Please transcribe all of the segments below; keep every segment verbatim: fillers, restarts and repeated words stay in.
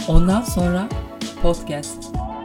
Ondan sonra podcast.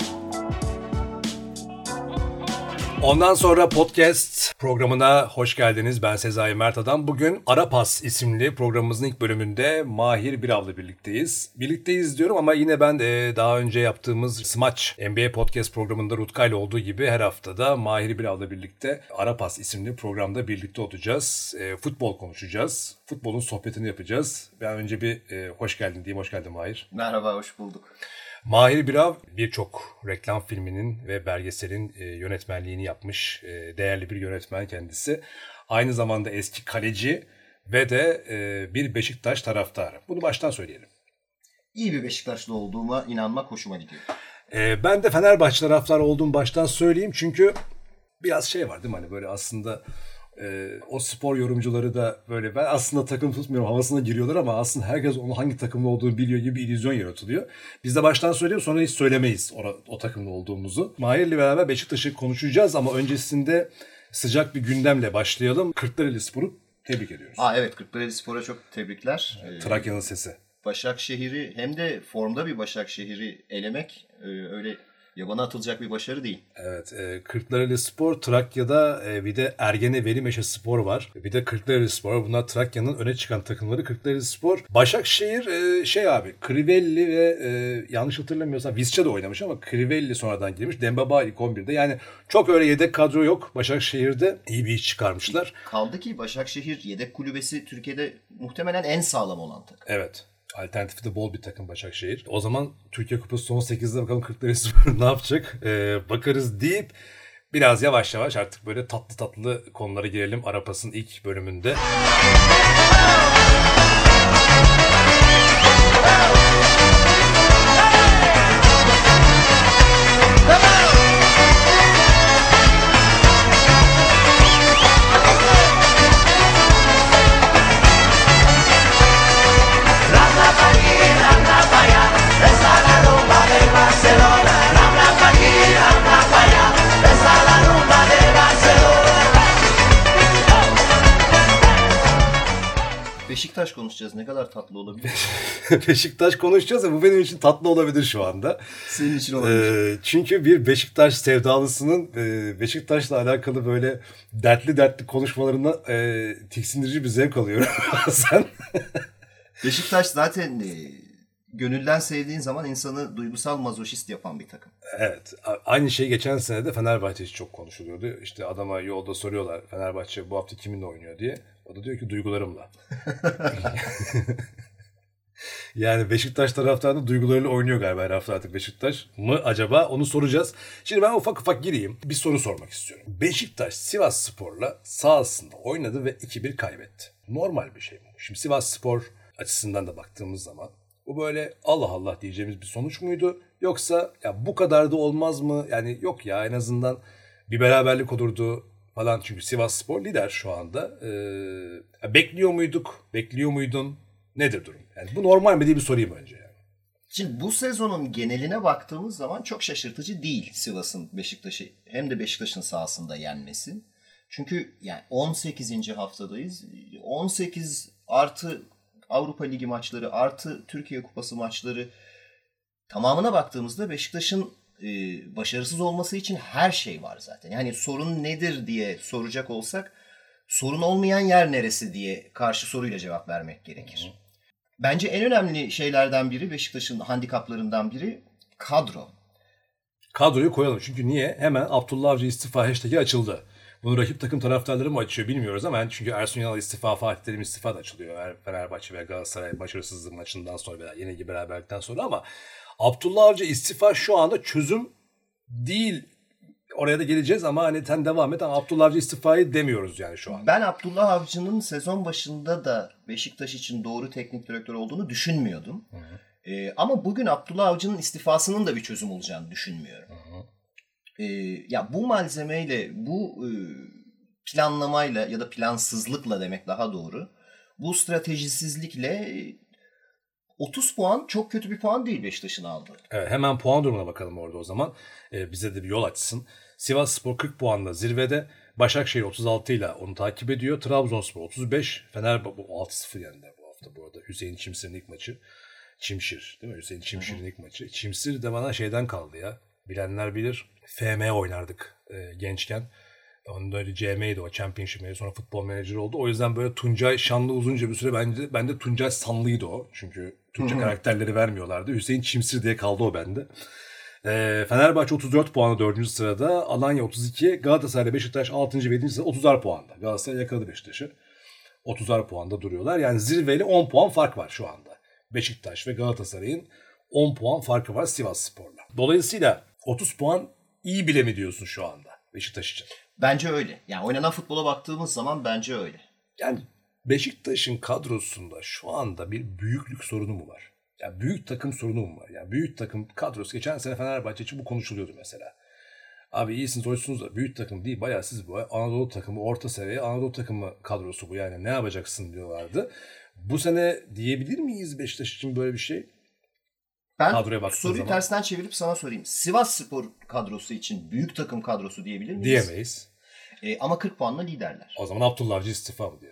Ondan sonra podcast programına hoş geldiniz. Ben Sezai Mert Adam. Bugün Ara Pas isimli programımızın ilk bölümünde Mahir Birav'la birlikteyiz. Birlikteyiz diyorum ama yine ben de daha önce yaptığımız Smaç N B A Podcast programında Rutkay'la olduğu gibi her haftada Mahir Birav'la birlikte Ara Pas isimli programda birlikte olacağız. E, futbol konuşacağız. Futbolun sohbetini yapacağız. Ben önce bir e, hoş geldin diyeyim. Hoş geldin Mahir. Merhaba, hoş bulduk. Mahir Birav birçok reklam filminin ve belgeselin e, yönetmenliğini yapmış e, değerli bir yönetmen kendisi. Aynı zamanda eski kaleci ve de e, bir Beşiktaş taraftarı. Bunu baştan söyleyelim. İyi bir Beşiktaşlı olduğuma inanmak hoşuma gidiyor. E, ben de Fenerbahçe taraftarı olduğumu baştan söyleyeyim. Çünkü biraz şey var değil mi? Hani böyle aslında e, o spor yorumcuları da böyle ben aslında takım tutmuyorum havasına giriyorlar ama aslında herkes onun hangi takımda olduğunu biliyor gibi bir illüzyon yaratılıyor. Biz de baştan söyleyeyim sonra hiç söylemeyiz o, o takımda olduğumuzu. Mahir'le beraber Beşiktaş'ı konuşacağız ama öncesinde sıcak bir gündemle başlayalım. Kırklarelispor'u tebrik ediyoruz. Aa evet, Kırklarelispor'a çok tebrikler. Trakya'nın sesi. Başakşehir'i hem de formda bir Başakşehir'i elemek öyle yabana atılacak bir başarı değil. Evet, e, Kırklarelispor, Trakya'da e, bir de Ergene Velimeşespor var. Bir de Kırklarelispor. Bunlar Trakya'nın öne çıkan takımları. Kırklarelispor. Başakşehir e, şey abi, Crivelli ve e, yanlış hatırlamıyorsam Visca da oynamış ama Crivelli sonradan girmiş. Dembaba ilk on birde. Yani çok öyle yedek kadro yok. Başakşehir'de iyi bir iş çıkarmışlar. Kaldı ki Başakşehir yedek kulübesi Türkiye'de muhtemelen en sağlam olan takım. Evet. Alternatifi de bol bir takım Başakşehir. O zaman Türkiye Kupası son sekizde bakalım Kırklarelispor ne yapacak ee, bakarız deyip biraz yavaş yavaş artık böyle tatlı tatlı konulara girelim Arapas'ın ilk bölümünde. Beşiktaş konuşacağız. Ne kadar tatlı olabilir? Beşiktaş konuşacağız ya bu benim için tatlı olabilir şu anda. Senin için olabilir. Ee, çünkü bir Beşiktaş sevdalısının e, Beşiktaş'la alakalı böyle dertli dertli konuşmalarına e, tiksindirici bir zevk alıyorum sen. Beşiktaş zaten e, gönülden sevdiğin zaman insanı duygusal mazoşist yapan bir takım. Evet. Aynı şey geçen sene de Fenerbahçe için çok konuşuluyordu. İşte adama yolda soruyorlar Fenerbahçe bu hafta kiminle oynuyor diye. O da diyor ki duygularımla. Yani Beşiktaş taraftarı duygularıyla oynuyor galiba her hafta artık Beşiktaş mı acaba onu soracağız. Şimdi ben ufak ufak gireyim. Bir soru sormak istiyorum. Beşiktaş Sivasspor'la sahasında oynadı ve iki bir kaybetti. Normal bir şey mi? Şimdi Sivasspor açısından da baktığımız zaman bu böyle Allah Allah diyeceğimiz bir sonuç muydu? Yoksa ya bu kadar da olmaz mı? Yani yok ya en azından bir beraberlik olurdu falan. Çünkü Sivasspor lider şu anda. Ee, bekliyor muyduk? Bekliyor muydun? Nedir durum? Yani bu normal mi diye bir sorayım önce. Yani. Şimdi bu sezonun geneline baktığımız zaman çok şaşırtıcı değil Sivas'ın Beşiktaş'ı hem de Beşiktaş'ın sahasında yenmesi. Çünkü yani on sekizinci haftadayız. on sekiz artı Avrupa Ligi maçları artı Türkiye Kupası maçları tamamına baktığımızda Beşiktaş'ın e, başarısız olması için her şey var zaten. Yani sorun nedir diye soracak olsak sorun olmayan yer neresi diye karşı soruyla cevap vermek gerekir. Hı. Bence en önemli şeylerden biri Beşiktaş'ın handikaplarından biri kadro. Kadroyu koyalım çünkü niye? Hemen Abdullah Avcı istifa hashtag'i açıldı. Bunu rakip takım taraftarları mı açıyor bilmiyoruz ama çünkü Ersun Yanal istifa, Fatih Terim istifa da açılıyor. Fenerbahçe ve Galatasaray başarısızlığı maçından sonra veya yenilgi beraberlikten sonra ama Abdullah Avcı istifa şu anda çözüm değil. Oraya da geleceğiz ama hani sen devam et ama Abdullah Avcı istifayı demiyoruz yani şu an. Ben Abdullah Avcı'nın sezon başında da Beşiktaş için doğru teknik direktör olduğunu düşünmüyordum. Hı hı. Ee, ama bugün Abdullah Avcı'nın istifasının da bir çözüm olacağını düşünmüyorum. Hı hı. Ee, ya bu malzemeyle, bu e, planlamayla ya da plansızlıkla demek daha doğru. Bu stratejisizlikle otuz puan çok kötü bir puan değil Beşiktaş'ın aldığı. Evet, hemen puan durumuna bakalım orada o zaman. Ee, bize de bir yol açsın. Sivasspor kırk puanla zirvede. Başakşehir otuz altı ile onu takip ediyor. Trabzonspor otuz beş. Fenerbahçe altı sıfır yendi bu hafta bu arada. Hüseyin Çimser'in ilk maçı. Çimşir değil mi? Hüseyin Çimşir'in ilk maçı. Çimşir de bana şeyden kaldı ya. Bilenler bilir. F M oynardık e, gençken. Onda öyle C M'ydi o, Championship miydi, sonra futbol menajeri oldu. O yüzden böyle Tuncay Şanlı uzunca bir süre bence bende Tuncay Sanlı'ydı o. Çünkü Türkçe karakterleri vermiyorlardı. Hüseyin Çimsir diye kaldı o bende. E, Fenerbahçe otuz dört puanla dördüncü sırada. Alanya otuz iki. Galatasaray Beşiktaş altıncı ve yedinci sırada otuzar puanda. Galatasaray yakaladı Beşiktaş'ı. otuzar puanda duruyorlar. Yani zirveyle on puan fark var şu anda. Beşiktaş ve Galatasaray'ın on puan farkı var Sivasspor'la. Dolayısıyla otuz puan iyi bile mi diyorsun şu anda Beşiktaş için? Bence öyle. Yani oynanan futbola baktığımız zaman bence öyle. Yani Beşiktaş'ın kadrosunda şu anda bir büyüklük sorunu mu var? Yani büyük takım sorunu mu var? Yani büyük takım kadrosu, geçen sene Fenerbahçe için bu konuşuluyordu mesela. Abi iyisiniz, hoşsunuz da büyük takım değil. Bayağı siz bu Anadolu takımı, orta seviye Anadolu takımı kadrosu bu. Yani ne yapacaksın diyorlardı. Bu sene diyebilir miyiz Beşiktaş için böyle bir şey? Ben soruyu zaman tersten çevirip sana sorayım. Sivasspor kadrosu için büyük takım kadrosu diyebilir miyiz? Diyemeyiz. E, ama kırk puanla liderler. O zaman Abdullah Avcı istifa mı diye.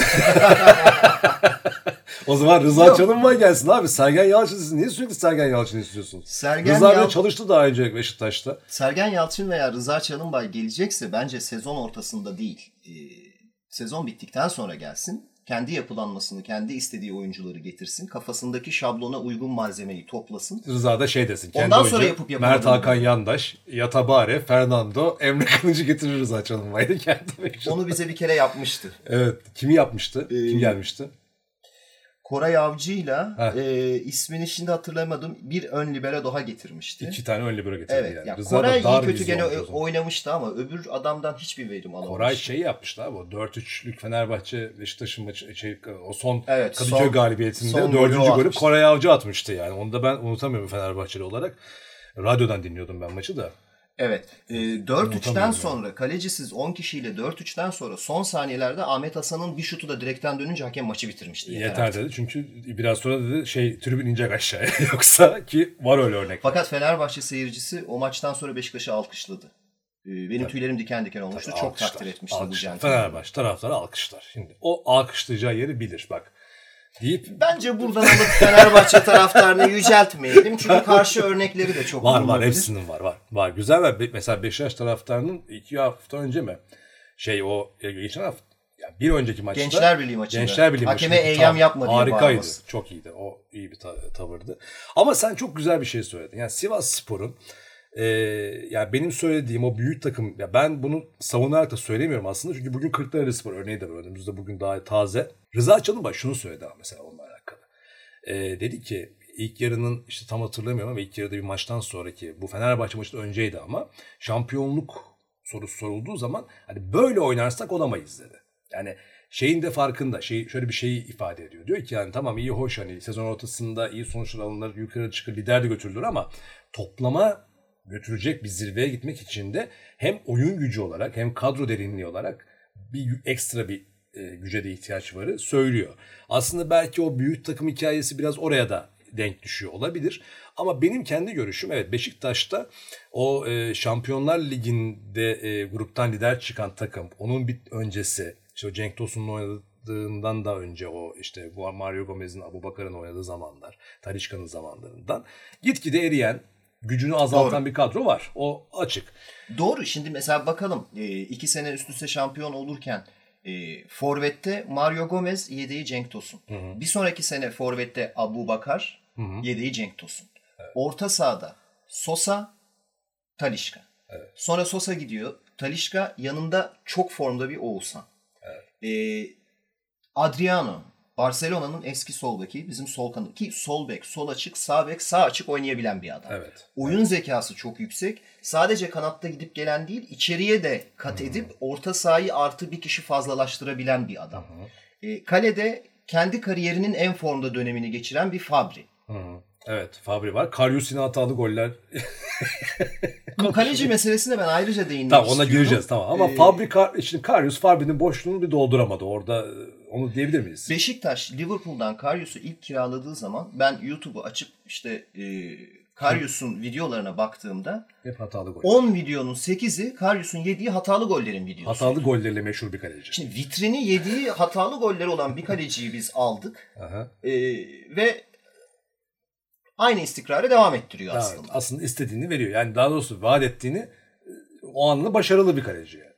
O zaman Rıza Çalınbay gelsin abi. Sergen Yalçın, niye sürekli Sergen Yalçın istiyorsun? Sergen Rıza Yal... çalıştı daha önce Beşiktaş'ta. Sergen Yalçın veya Rıza Çalınbay gelecekse bence sezon ortasında değil. E, sezon bittikten sonra gelsin. Kendi yapılanmasını, kendi istediği oyuncuları getirsin. Kafasındaki şablona uygun malzemeyi toplasın. Rıza da şey desin. Ondan kendi sonra yapıp yapamadığını. Mert Hakan Yandaş, Yatabare, Fernando, Emre Kılıcı getirir Rıza Çalınbay'ı kendi. Onu bize bir kere yapmıştı. Evet. Kimi yapmıştı? Ee, Kim gelmişti? Koray Avcı'yla e, ismini şimdi hatırlamadım. Bir ön libero daha getirmişti. İki tane ön libero getirdi evet, yani. yani Koray iyi kötü gene oynamıştı ama öbür adamdan hiçbir verim alamamıştı. Koray şey yapmıştı abi, o dört üçlük Fenerbahçe Beşiktaş'ın maçı, şey, o son evet, Kadıköy son, galibiyetinde son dördüncü golü Koray Avcı atmıştı yani. Onu da ben unutamıyorum Fenerbahçeli olarak. Radyodan dinliyordum ben maçı da. Evet. E, dört üçten sonra yani. Kalecisiz on kişiyle dört üçten sonra son saniyelerde Ahmet Hasan'ın bir şutu da direkten dönünce hakem maçı bitirmişti. Yeter, Yeter dedi. Çünkü biraz sonra dedi şey tribün inecek aşağıya. Yoksa ki var öyle örnek. Fakat Fenerbahçe seyircisi o maçtan sonra Beşiktaş'ı alkışladı. E, benim Tabii. tüylerim diken diken olmuştu. Tabii, Çok alkışlar, takdir etmiştim alkışlar. bu centilmeni. Fenerbahçe taraftarı alkışlar. Şimdi o alkışlayacağı yeri bilir bak. Deyip... Bence buradan alıp Fenerbahçe taraftarını yüceltmeyelim. Çünkü karşı örnekleri de çok var var hepsinin var var. Var güzel ve mesela Beşiktaş taraftarının iki hafta önce mi şey o geçen hafta yani bir önceki maçta Gençler Birliği maçında Gençler Birliği hakeme eyyam yapma diye harikaydı. Bağırması. Çok iyiydi. O iyi bir ta- tavırdı. Ama sen çok güzel bir şey söyledin. Yani Sivasspor'un Ee, yani benim söylediğim o büyük takım, ya ben bunu savunarak da söylemiyorum aslında çünkü bugün Kırklarelispor örneği de var önümüzde, bugün daha taze. Rıza Çalınbay şunu söyledi ama mesela onunla alakalı. Ee, dedi ki ilk yarının işte tam hatırlamıyorum ama ilk yarıda bir maçtan sonraki, bu Fenerbahçe maçından önceydi ama şampiyonluk sorusu sorulduğu zaman hani böyle oynarsak olamayız dedi. Yani şeyin de farkında, şey şöyle bir şeyi ifade ediyor. Diyor ki yani tamam iyi hoş hani sezon ortasında iyi sonuçlar alınır, yukarı çıkır, lider de götürülür ama toplama götürecek bir zirveye gitmek için de hem oyun gücü olarak hem kadro derinliği olarak bir ekstra bir e, güce de ihtiyaç varı söylüyor. Aslında belki o büyük takım hikayesi biraz oraya da denk düşüyor olabilir. Ama benim kendi görüşüm, evet Beşiktaş'ta o e, Şampiyonlar Ligi'nde e, gruptan lider çıkan takım, onun bir öncesi işte o Cenk Tosun'un oynadığından da önce o işte bu Mario Gomez'in, Abubakar'ın oynadığı zamanlar, Talisca'nın zamanlarından gitgide eriyen, gücünü azaltan Doğru. bir kadro var. O açık. Doğru. Şimdi mesela bakalım. E, iki sene üst üste şampiyon olurken e, Forvet'te Mario Gomez, yedeği Cenk Tosun. Hı hı. Bir sonraki sene Forvet'te Abubakar, hı hı. yedeği Cenk Tosun. Evet. Orta sahada Sosa, Talisca. Evet. Sonra Sosa gidiyor. Talisca yanında çok formda bir Oğuzhan. Evet. E, Adriano, Barcelona'nın eski sol beki, bizim sol kanı ki sol bek, sol açık, sağ bek, sağ açık oynayabilen bir adam. Evet. Oyun evet. zekası çok yüksek. Sadece kanatta gidip gelen değil, içeriye de kat Hı-hı. edip orta sahayı artı bir kişi fazlalaştırabilen bir adam. E, kalede kendi kariyerinin en formda dönemini geçiren bir Fabri. Hı-hı. Evet, Fabri var. Karius yine hatalı goller. Bu kaleci meselesine ben ayrıca değinmek tamam, istiyorum. Ona gireceğiz tamam. Ama ee, Fabri, şimdi Karius Fabri'nin boşluğunu bir dolduramadı. Orada onu diyebilir miyiz? Beşiktaş Liverpool'dan Karius'u ilk kiraladığı zaman ben YouTube'u açıp işte e, Karius'un videolarına baktığımda hep hatalı gol. on videonun sekizi Karius'un yediği hatalı gollerin videosu. Hatalı gollerle meşhur bir kaleci. Şimdi vitrini yediği hatalı golleri olan bir kaleciyi biz aldık. Aha. E, ve aynı istikrarı devam ettiriyor Evet, aslında. aslında istediğini veriyor. Yani daha doğrusu vaat ettiğini o anlamda başarılı bir kaleci yani.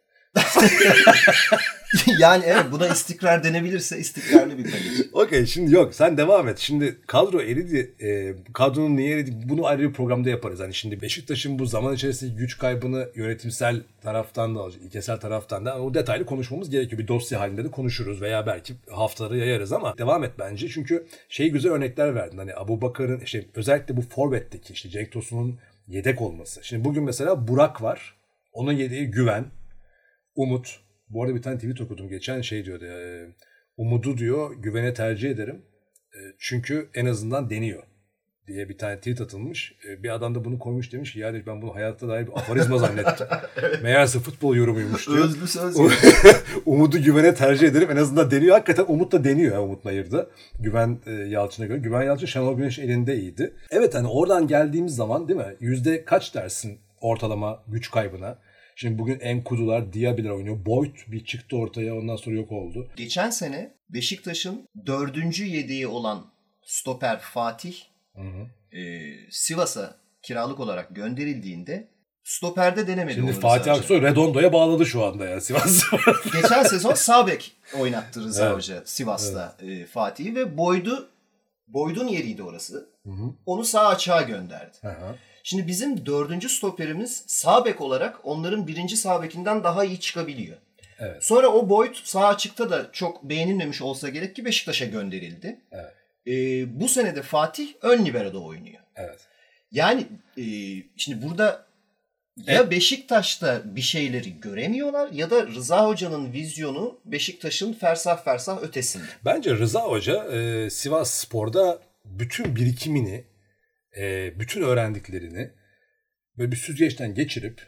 Yani evet, buna istikrar denebilirse istikrarlı bir kaleci. Okey, şimdi yok, sen devam et. Şimdi kadro eridi. E, kadronun niye eridi? Bunu ayrı bir programda yaparız. Hani şimdi Beşiktaş'ın bu zaman içerisinde güç kaybını yönetimsel taraftan da, ilkesel taraftan da o detaylı konuşmamız gerekiyor. Bir dosya halinde de konuşuruz veya belki haftaları yayarız ama devam et bence. Çünkü şey, güzel örnekler verdin. Hani Abubakar'ın işte özellikle bu forvetteki işte Cenk Tosun'un yedek olması. Şimdi bugün mesela Burak var. Onun yedeği Güven, Umut. Bu arada bir tane tweet okudum geçen, şey diyordu. E, Umut'u diyor Güven'e tercih ederim. E, çünkü en azından deniyor diye bir tane tweet atılmış. E, bir adam da bunu koymuş, demiş ki yani ben bunu hayatta dair bir aforizma zannettim. Meğerse futbol yorumuymuş diyor. Özlü söz. Umut'u Güven'e tercih ederim, en azından deniyor. Hakikaten Umut da deniyor ya, Umut Nayır'da. Güven e, Yalçın'a göre. Güven Yalçın Şenol Güneş elinde iyiydi. Evet, hani oradan geldiğimiz zaman değil mi? Yüzde kaç dersin ortalama güç kaybına? Şimdi bugün Enkudular, Diaby'ler oynuyor. Boyd bir çıktı ortaya, ondan sonra yok oldu. Geçen sene Beşiktaş'ın dördüncü yedeği olan stoper Fatih Hı hı. e, Sivas'a kiralık olarak gönderildiğinde stoperde denemedi. Şimdi onu Fatih Rıza Aksoy Redondo'ya bağladı şu anda ya Sivas. Hoca. Geçen sezon sağ bek oynattı Rıza Evet. Hoca Sivas'ta e, Fatih'i ve Boyd'u Boyd'un yeriydi orası. Hı hı. Onu sağ açığa gönderdi. Hı hı. Şimdi bizim dördüncü stoperimiz sağ bek olarak onların birinci sağ bekinden daha iyi çıkabiliyor. Evet. Sonra o Boyd sağ açıkta da çok beğenilmemiş olsa gerek ki Beşiktaş'a gönderildi. Evet. Ee, bu sene de Fatih ön libero'da oynuyor. Evet. Yani e, şimdi burada ya Evet. Beşiktaş'ta bir şeyleri göremiyorlar ya da Rıza Hoca'nın vizyonu Beşiktaş'ın fersah fersah ötesinde. Bence Rıza Hoca e, Sivas Spor'da bütün birikimini, e, bütün öğrendiklerini böyle bir süzgeçten geçirip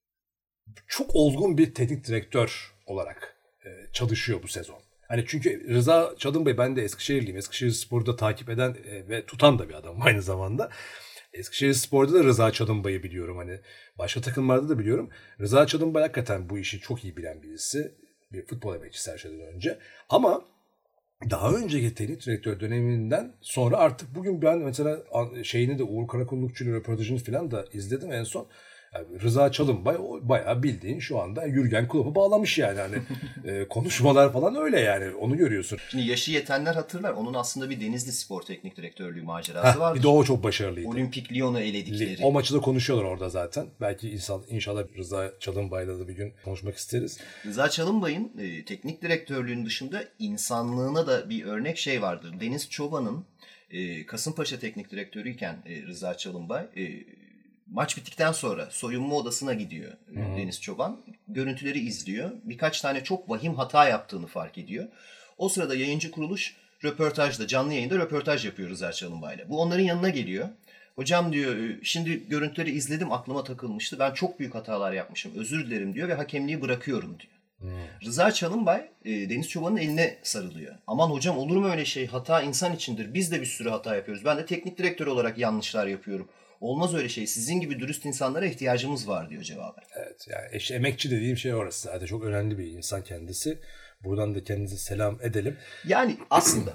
çok olgun bir teknik direktör olarak e, çalışıyor bu sezon. Hani çünkü Rıza Çalınbay, ben de Eskişehirliyim. Eskişehir Spor'da takip eden e, ve tutan da bir adam aynı zamanda. Eskişehir Spor'da da Rıza Çalınbay'ı biliyorum. Hani başka takımlarda da biliyorum. Rıza Çalınbay hakikaten bu işi çok iyi bilen birisi. Bir futbol emekçisi her şeyden önce. Ama daha önceki teknik direktör döneminden sonra artık bugün ben mesela şeyini de Uğur Karakullukçu'yla röportajını falan da izledim en son. Yani Rıza Çalınbay o bayağı bildiğin şu anda Jürgen Klopp'u bağlamış yani. Hani e, konuşmalar falan öyle yani, onu görüyorsun. Şimdi yaşı yetenler hatırlar. Onun aslında bir Denizli Spor Teknik Direktörlüğü macerası Heh, vardı. bir de o çok başarılıydı. Olimpik Lyon'u eledikleri. O maçı da konuşuyorlar orada zaten. Belki inşallah, inşallah Rıza Çalınbay'la da bir gün konuşmak isteriz. Rıza Çalınbay'ın e, teknik direktörlüğün dışında insanlığına da bir örnek şey vardır. Deniz Çoban'ın e, Kasımpaşa teknik direktörüyken e, Rıza Çalınbay e, maç bittikten sonra soyunma odasına gidiyor e, Deniz Çoban. Görüntüleri izliyor. Birkaç tane çok vahim hata yaptığını fark ediyor. O sırada yayıncı kuruluş röportajda, canlı yayında röportaj yapıyor Rıza Çalınbay'la. Bu onların yanına geliyor. Hocam diyor, şimdi görüntüleri izledim, aklıma takılmıştı. Ben çok büyük hatalar yapmışım, özür dilerim diyor ve hakemliği bırakıyorum diyor. Hmm. Rıza Çalınbay e, Deniz Çoban'ın eline sarılıyor. Aman hocam, olur mu öyle şey? Hata insan içindir. Biz de bir sürü hata yapıyoruz. Ben de teknik direktör olarak yanlışlar yapıyorum. Olmaz öyle şey. Sizin gibi dürüst insanlara ihtiyacımız var diyor cevabı. Evet, yani işte emekçi dediğim şey orası. Zaten çok önemli bir insan kendisi. Buradan da kendinize selam edelim. Yani aslında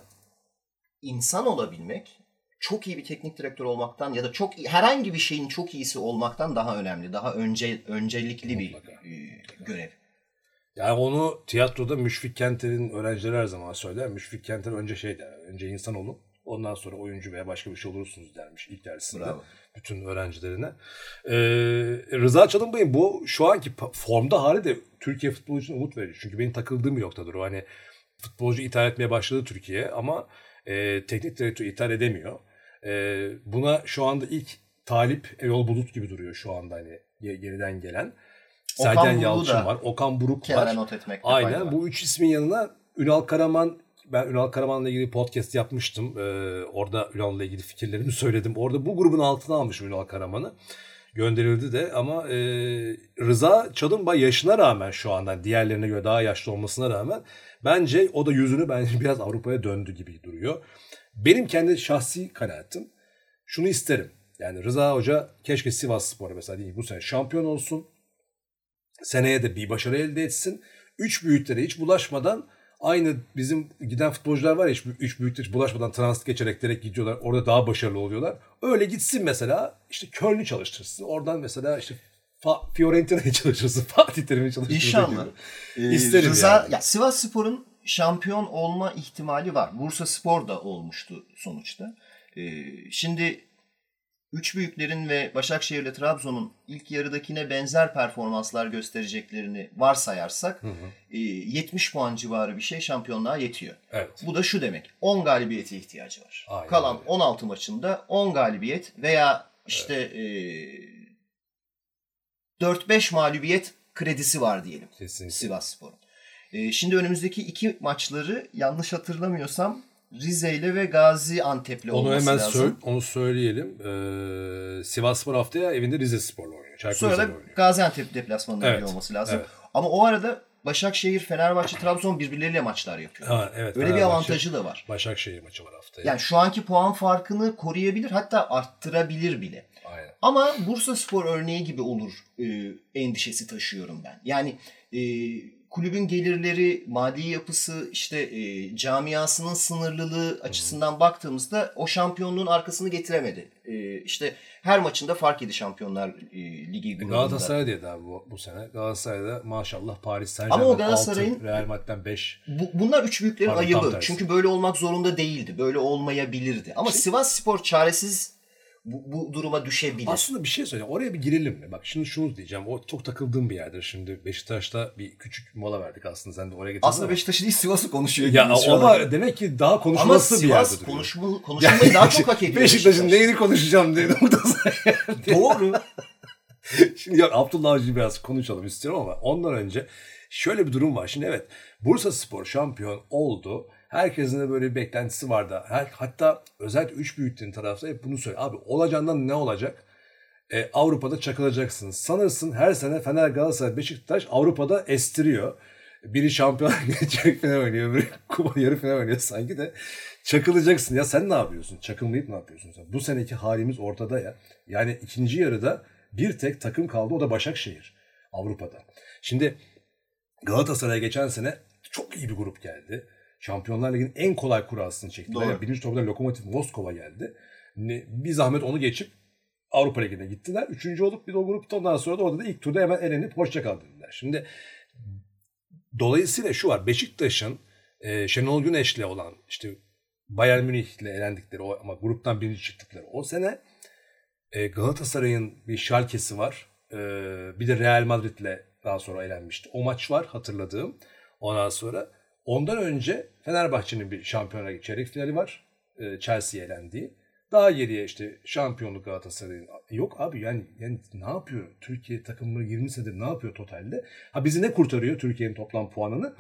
insan olabilmek çok iyi bir teknik direktör olmaktan ya da çok iyi, herhangi bir şeyin çok iyisi olmaktan daha önemli. Daha önce öncelikli bir e, görev. Yani onu tiyatroda Müşfik Kenter'in öğrencileri her zaman söyler. Müşfik Kenter önce şey der. Önce insan olun. Ondan sonra oyuncu veya başka bir şey olursunuz dermiş ilk dersinde. Bravo. Bütün öğrencilerine. Ee, Rıza Çalınbay'ın bu şu anki formda hali de Türkiye futbolu için umut verici. Çünkü benim takıldığım bir noktadır o. Hani futbolcu ithal etmeye başladı Türkiye ama e, teknik direktör ithal edemiyor. E, buna şu anda ilk talip Erol Bulut gibi duruyor şu anda, hani geriden gelen. Sergen Yalçın var. Okan Buruk var. Not etmekte aynen. Bu üç ismin yanına Ünal Karaman, ben Ünal Karaman'la ilgili podcast yapmıştım. Ee, orada Ünal'la ilgili fikirlerimi söyledim. Orada bu grubun altına almışım Ünal Karaman'ı. Gönderildi de ama e, Rıza Çalınbay yaşına rağmen şu anda diğerlerine göre daha yaşlı olmasına rağmen bence o da yüzünü bence biraz Avrupa'ya döndü gibi duruyor. Benim kendi şahsi kanaatim, şunu isterim. Yani Rıza Hoca keşke Sivasspor'a mesela değil, bu sene şampiyon olsun. Seneye de bir başarı elde etsin. Üç büyüklere hiç bulaşmadan Aynı bizim giden futbolcular var ya, üç büyükte hiç bulaşmadan transit geçerek direkt gidiyorlar. Orada daha başarılı oluyorlar. Öyle gitsin mesela, işte Köln'ü çalıştırsın. Oradan mesela işte Fa- Fiorentina'yı çalıştırsın. Fatih Terim'i çalıştırsın. İnşallah. Ee, İsterim Rıza, yani. Ya Sivasspor'un şampiyon olma ihtimali var. Bursaspor da olmuştu sonuçta. Ee, şimdi üç büyüklerin ve Başakşehir ile Trabzon'un ilk yarıdakine benzer performanslar göstereceklerini varsayarsak hı hı. E, yetmiş puan civarı bir şey şampiyonluğa yetiyor. Evet. Bu da şu demek: on galibiyete ihtiyacı var. Aynen Kalan öyle. on altı maçında on galibiyet veya işte evet. e, dört beş mağlubiyet kredisi var diyelim. Kesinlikle. Sivasspor'un. E, şimdi önümüzdeki iki maçları yanlış hatırlamıyorsam Rize ile ve Gaziantep'le onu olması hemen lazım. Sö- onu söyleyelim. Ee, Sivasspor haftaya evinde Rizespor'la oynuyor. Çaykur Sonra da oynuyor. Gaziantep deplasmanında Evet. olması lazım. Evet. Ama o arada Başakşehir, Fenerbahçe, Trabzon birbirleriyle maçlar yapıyor. Ha, evet, öyle bir avantajı da var. Başakşehir maçı var haftaya. Yani şu anki puan farkını koruyabilir, hatta arttırabilir bile. Aynen. Ama Bursaspor örneği gibi olur e, endişesi taşıyorum ben. Yani e, kulübün gelirleri, mali yapısı, işte e, camiasının sınırlılığı açısından hmm. baktığımızda o şampiyonluğun arkasını getiremedi. E, işte her maçında fark yedi Şampiyonlar e, Ligi grubunda. Galatasaray dedi abi bu, bu sene. Galatasaray'da maşallah Paris Saint-Germain Ama o Galatasaray'ın altı, Real Madrid'den beş. Bu, bunlar üç büyüklerin Pardon, ayıbı. Çünkü böyle olmak zorunda değildi. Böyle olmayabilirdi. Ama şey, Sivasspor çaresiz bu, bu duruma düşebilir. Aslında bir şey söyleyeyim. Oraya bir girelim mi? Bak şimdi şunu diyeceğim. O çok takıldığım bir yerdir. Şimdi Beşiktaş'ta bir küçük mola verdik aslında. Sen de oraya getirdin. Aslında Beşiktaş'ı değil, Sivas'ı konuşuyor. Ya ama demek ki daha konuşması bir yerde duruyor. Ama Sivas konuşma, konuşmayı daha çok hak ediyor. Beşiktaş'ın neyini konuşacağım dedim. Doğru. Şimdi ya Abdullah Avcı'yı biraz konuşalım istiyorum ama ondan önce şöyle bir durum var. Şimdi evet, Bursaspor şampiyon oldu. Herkesin de böyle bir beklentisi vardı. Her, hatta özellikle üç büyüklerin tarafı hep bunu söylüyor. Abi olacağından ne olacak? Ee, Avrupa'da çakılacaksın. Sanırsın her sene Fener, Galatasaray, Beşiktaş Avrupa'da estiriyor. Biri şampiyonlar çeyrek final oynuyor, biri kupa yarı final oynuyor sanki de. Çakılacaksın. Ya sen ne yapıyorsun? Çakılmayıp ne yapıyorsun sen? Bu seneki halimiz ortada ya. Yani ikinci yarıda bir tek takım kaldı, o da Başakşehir Avrupa'da. Şimdi Galatasaray'a geçen sene çok iyi bir grup geldi. Şampiyonlar Ligi'nin en kolay kurasını çektiler. Yani birinci turda Lokomotiv Moskova geldi. Bir zahmet onu geçip Avrupa Ligi'ne gittiler. Üçüncü olup bir de o grupta, ondan sonra da orada da ilk turda hemen elenip hoşça kal dediler. Şimdi dolayısıyla şu var. Beşiktaş'ın e, Şenol Güneş'le olan işte Bayern Münih'le elendikleri o, ama gruptan birinci çıktıkları o sene e, Galatasaray'ın bir Schalke'si var. E, bir de Real Madrid'le daha sonra elenmişti. O maç var hatırladığım. Ondan sonra ondan önce Fenerbahçe'nin bir Şampiyonlar Ligi çeyrek finali var. E, Chelsea'ye elendiği. Daha geriye işte şampiyonluk Galatasaray'ın. Yok abi yani, yani ne yapıyor? Türkiye takımları yirmi senedir ne yapıyor totalde? Ha bizi ne kurtarıyor Türkiye'nin toplam puanını?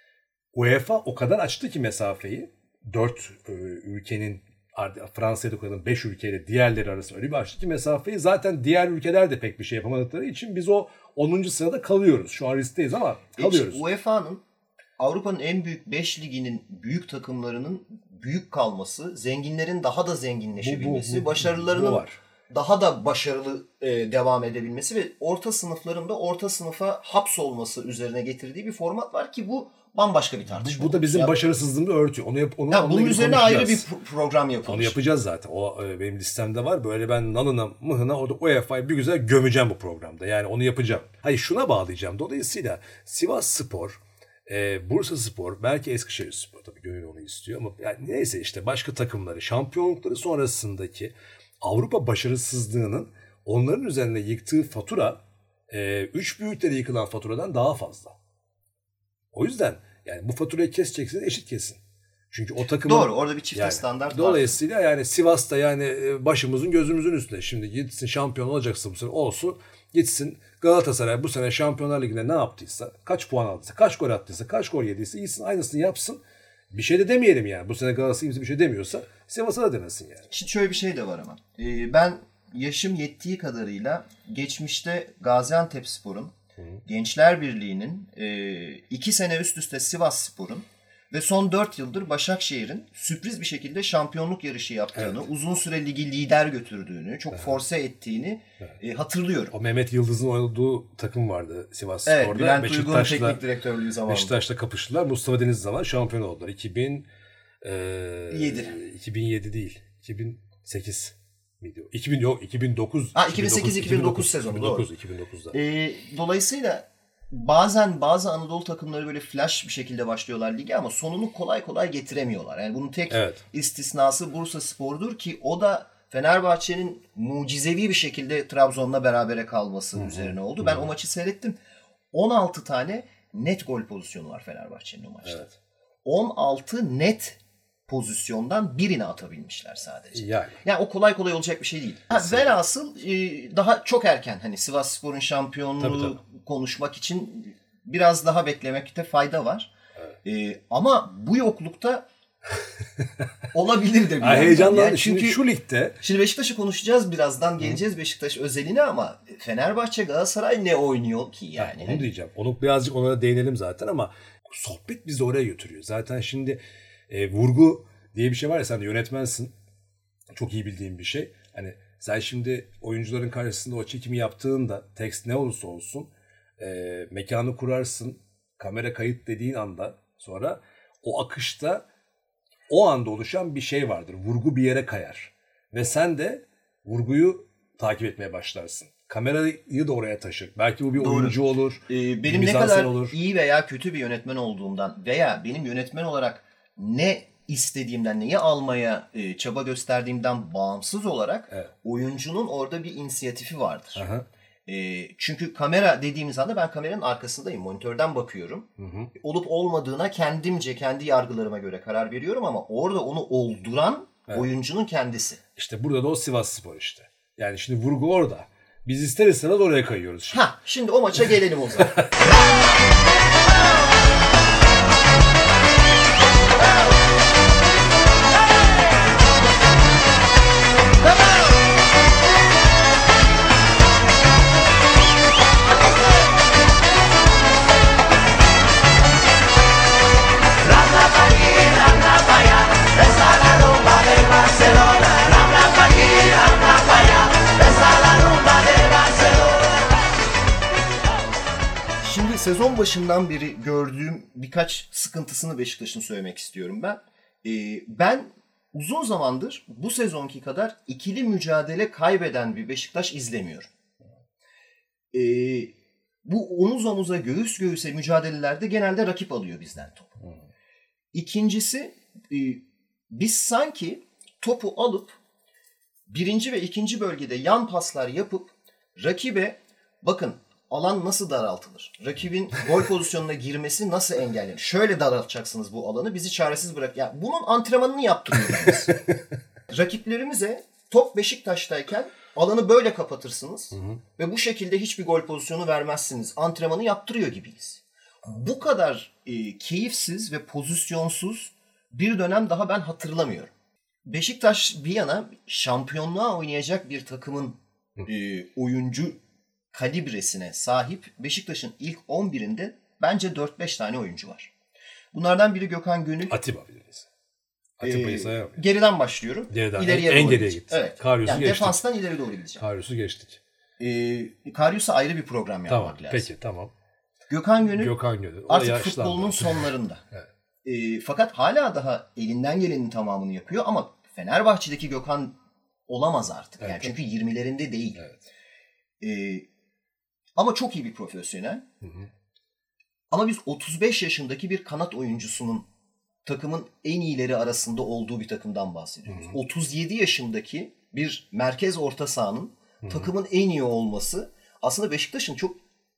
UEFA o kadar açtı ki mesafeyi. Dört e, ülkenin, Fransa'ya da koyalım beş ülkeyle diğerleri arasında öyle bir açtı ki mesafeyi. Zaten diğer ülkeler de pek bir şey yapamadıkları için biz o onuncu sırada kalıyoruz. Şu an riskteyiz ama kalıyoruz. E, U E F A'nın Avrupa'nın en büyük beş liginin büyük takımlarının büyük kalması, zenginlerin daha da zenginleşebilmesi, bu, bu, bu, başarılarının bu daha da başarılı e, devam edebilmesi ve orta sınıfların da orta sınıfa hapsolması üzerine getirdiği bir format var ki bu bambaşka bir tartışma. Bu, bu da bizim ya, başarısızlığımızı örtüyor. Onu yap, onu ya, bunun üzerine ayrı bir pro- program yapılmış. Onu yapacağız zaten. O e, benim listemde var. Böyle ben nalına mıhına orada U E F A'yı bir güzel gömeceğim bu programda. Yani onu yapacağım. Hayır, şuna bağlayacağım. Dolayısıyla Sivasspor, e, Bursaspor, belki Eskişehirspor tabii gönül onu istiyor ama yani neyse işte başka takımları, şampiyonlukları sonrasındaki Avrupa başarısızlığının onların üzerine yıktığı fatura e, üç büyükleri yıkılan faturadan daha fazla. O yüzden yani bu faturayı keseceksiniz, eşit kesin. Çünkü o takımın... Doğru, orada bir çifte yani, standart var. Dolayısıyla yani Sivas'ta yani başımızın gözümüzün üstünde. Şimdi gitsin şampiyon olacaksa bu sene olsun. Gitsin Galatasaray bu sene Şampiyonlar Ligi'nde ne yaptıysa, kaç puan aldıysa, kaç gol attıysa, kaç gol yediyse gitsin aynısını yapsın. Bir şey de demeyelim yani. Bu sene Galatasaray kimse bir şey demiyorsa Sivas'a da demesin yani. Şimdi şöyle bir şey de var ama. Ee, ben yaşım yettiği kadarıyla geçmişte Gaziantepspor'un, Gençler Birliği'nin, e, iki sene üst üste Sivasspor'un Ve son dört yıldır Başakşehir'in sürpriz bir şekilde şampiyonluk yarışı yaptığını, evet. uzun süre ligi lider götürdüğünü, çok evet. force ettiğini evet. e, hatırlıyorum. O Mehmet Yıldız'ın oynadığı takım vardı Sivas Spor'da. Evet, Bülent Uygun'un teknik direktörlüğü zamanında. Beşiktaş'ta kapıştılar. Mustafa Denizli zaman şampiyon oldular. iki bin yedi iki bin yedi değil. iki bin sekiz miydi? iki bin yok, iki bin dokuz. Ha, iki bin sekiz iki bin dokuz sezonu iki bin dokuz, iki bin dokuzda. E, dolayısıyla bazen bazı Anadolu takımları böyle flash bir şekilde başlıyorlar lige ama sonunu kolay kolay getiremiyorlar. Yani bunun tek evet. istisnası Bursaspor'dur ki o da Fenerbahçe'nin mucizevi bir şekilde Trabzon'la berabere kalması Hı-hı. üzerine oldu. Ben Hı-hı. o maçı seyrettim. on altı tane net gol pozisyonu var Fenerbahçe'nin o maçta. Evet. on altı net pozisyondan birini atabilmişler sadece. Yani, yani o kolay kolay olacak bir şey değil. Ha, velhasıl daha çok erken hani Sivasspor'un şampiyonluğu tabii, tabii. konuşmak için biraz daha beklemekte fayda var. Evet. Ee, ama bu yoklukta olabilir de bir yandan. Heyecanlandım. Yani çünkü şimdi şu ligde. Şimdi Beşiktaş'ı konuşacağız birazdan geleceğiz Hı. Beşiktaş özeline ama Fenerbahçe Galatasaray ne oynuyor ki yani? Ha, onu diyeceğim. Onu birazcık ona değinelim zaten ama sohbet bizi oraya götürüyor. Zaten şimdi E, vurgu diye bir şey var ya, sen de yönetmensin. Çok iyi bildiğin bir şey. Hani sen şimdi oyuncuların karşısında o çekimi yaptığında tekst ne olursa olsun e, mekanı kurarsın. Kamera kayıt dediğin anda sonra o akışta o anda oluşan bir şey vardır. Vurgu bir yere kayar. Ve sen de vurguyu takip etmeye başlarsın. Kamerayı da oraya taşır. Belki bu bir Doğru. oyuncu olur. Ee, benim ne kadar olur. iyi veya kötü bir yönetmen olduğumdan veya benim yönetmen olarak ne istediğimden, neyi almaya e, çaba gösterdiğimden bağımsız olarak evet. oyuncunun orada bir inisiyatifi vardır. E, çünkü kamera dediğimiz anda ben kameranın arkasındayım. Monitörden bakıyorum. Hı hı. Olup olmadığına kendimce, kendi yargılarıma göre karar veriyorum ama orada onu olduran evet. oyuncunun kendisi. İşte burada da o Sivasspor işte. Yani şimdi vurgu orada. Biz ister istemez oraya kayıyoruz. Şimdi. Ha, şimdi o maça gelelim o zaman. Şimdi sezon başından beri gördüğüm birkaç sıkıntısını Beşiktaş'ın söylemek istiyorum ben. Ee, ben uzun zamandır bu sezonki kadar ikili mücadele kaybeden bir Beşiktaş izlemiyorum. Ee, bu omuz omuza, göğüs göğüse mücadelelerde genelde rakip alıyor bizden topu. İkincisi, e, biz sanki topu alıp birinci ve ikinci bölgede yan paslar yapıp rakibe bakın alan nasıl daraltılır? Rakibin gol pozisyonuna girmesi nasıl engellenir? Şöyle daraltacaksınız bu alanı, bizi çaresiz bırak. Yani bunun antrenmanını yaptırıyoruz. Rakiplerimize top Beşiktaş'tayken alanı böyle kapatırsınız hı hı. ve bu şekilde hiçbir gol pozisyonu vermezsiniz. Antrenmanı yaptırıyor gibiyiz. Bu kadar e, keyifsiz ve pozisyonsuz bir dönem daha ben hatırlamıyorum. Beşiktaş bir yana şampiyonluğa oynayacak bir takımın e, oyuncu kalibresine sahip. Beşiktaş'ın ilk on birinde bence dört beş tane oyuncu var. Bunlardan biri Gökhan Gönül. Atiba biliriz. Atiba'yı ee, sayamıyorum. Geriden başlıyorum. Geriden, İleriye en geriye gittik. Evet. Karyus'u yani geçtik. Defanstan ileri doğru gideceğim. Karyus'u geçtik. Ee, Karyus'a ayrı bir program yapmak tamam, lazım. Peki tamam. Gökhan Gönül, Gökhan Gönül. artık yaşlandı. Futbolunun sonlarında. evet. ee, fakat hala daha elinden gelenin tamamını yapıyor ama Fenerbahçe'deki Gökhan olamaz artık. Evet, yani çünkü yirmilerinde değil. Evet. Ee, ama çok iyi bir profesyonel. Hı hı. Ama biz otuz beş yaşındaki bir kanat oyuncusunun takımın en iyileri arasında olduğu bir takımdan bahsediyoruz. Hı hı. otuz yedi yaşındaki bir merkez orta sahanın hı hı. takımın en iyi olması aslında Beşiktaş'ın çok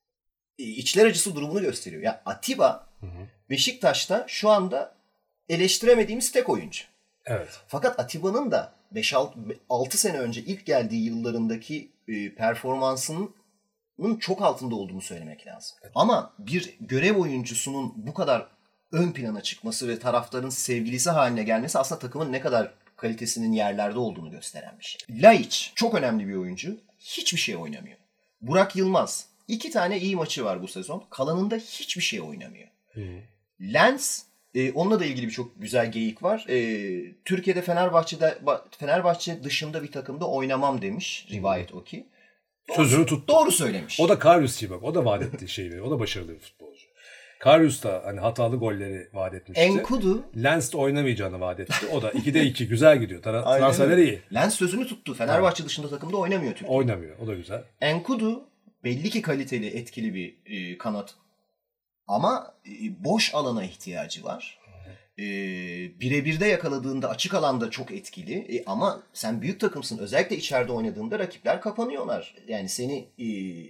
içler acısı durumunu gösteriyor. Yani Atiba hı hı. Beşiktaş'ta şu anda eleştiremediğimiz tek oyuncu. Evet. Fakat Atiba'nın da beş altı sene önce ilk geldiği yıllarındaki performansının çok altında olduğunu söylemek lazım. Evet. Ama bir görev oyuncusunun bu kadar ön plana çıkması ve taraftarın sevgilisi haline gelmesi aslında takımın ne kadar kalitesinin yerlerde olduğunu gösteren bir şey. Laiç çok önemli bir oyuncu. Hiçbir şey oynamıyor. Burak Yılmaz iki tane iyi maçı var bu sezon. Kalanında hiçbir şey oynamıyor. Hı. Lens Ee, onunla da ilgili birçok güzel geyik var. Ee, Türkiye'de Fenerbahçe'de Fenerbahçe dışında bir takımda oynamam demiş. Rivayet o ki. Sözünü tuttu. Doğru söylemiş. O da Karius gibi bak. O da vaat ettiği şeyi veriyor. O da başarılı bir futbolcu. Karius da hani hatalı golleri vaat etmişti. Enkudu. Lens de oynamayacağını vaat etti. O da ikide iki güzel gidiyor. Tra- transferleri iyi. Lens sözünü tuttu. Fenerbahçe dışında takımda oynamıyor Türkiye. Oynamıyor. O da güzel. Enkudu belli ki kaliteli, etkili bir e, kanat. Ama e, boş alana ihtiyacı var. E, birebirde yakaladığında açık alanda çok etkili. E, ama sen büyük takımsın. Özellikle içeride oynadığında rakipler kapanıyorlar. Yani seni e,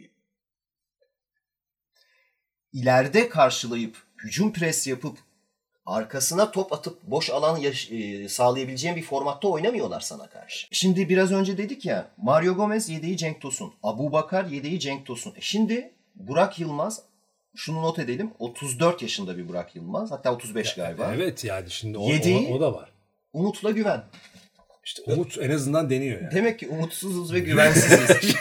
ileride karşılayıp, hücum pres yapıp, arkasına top atıp boş alan yaş- e, sağlayabileceğin bir formatta oynamıyorlar sana karşı. Şimdi biraz önce dedik ya, Mario Gomez yedeği Cenk Tosun, Abubakar yedeği Cenk Tosun. E şimdi Burak Yılmaz, şunu not edelim, otuz dört yaşında bir Burak Yılmaz, hatta otuz beş galiba. Evet yani şimdi o, Yedeği, o, o da var. Umut'la Güven. İşte Umut en azından deniyor yani. Demek ki umutsuzuz ve güvensiziz.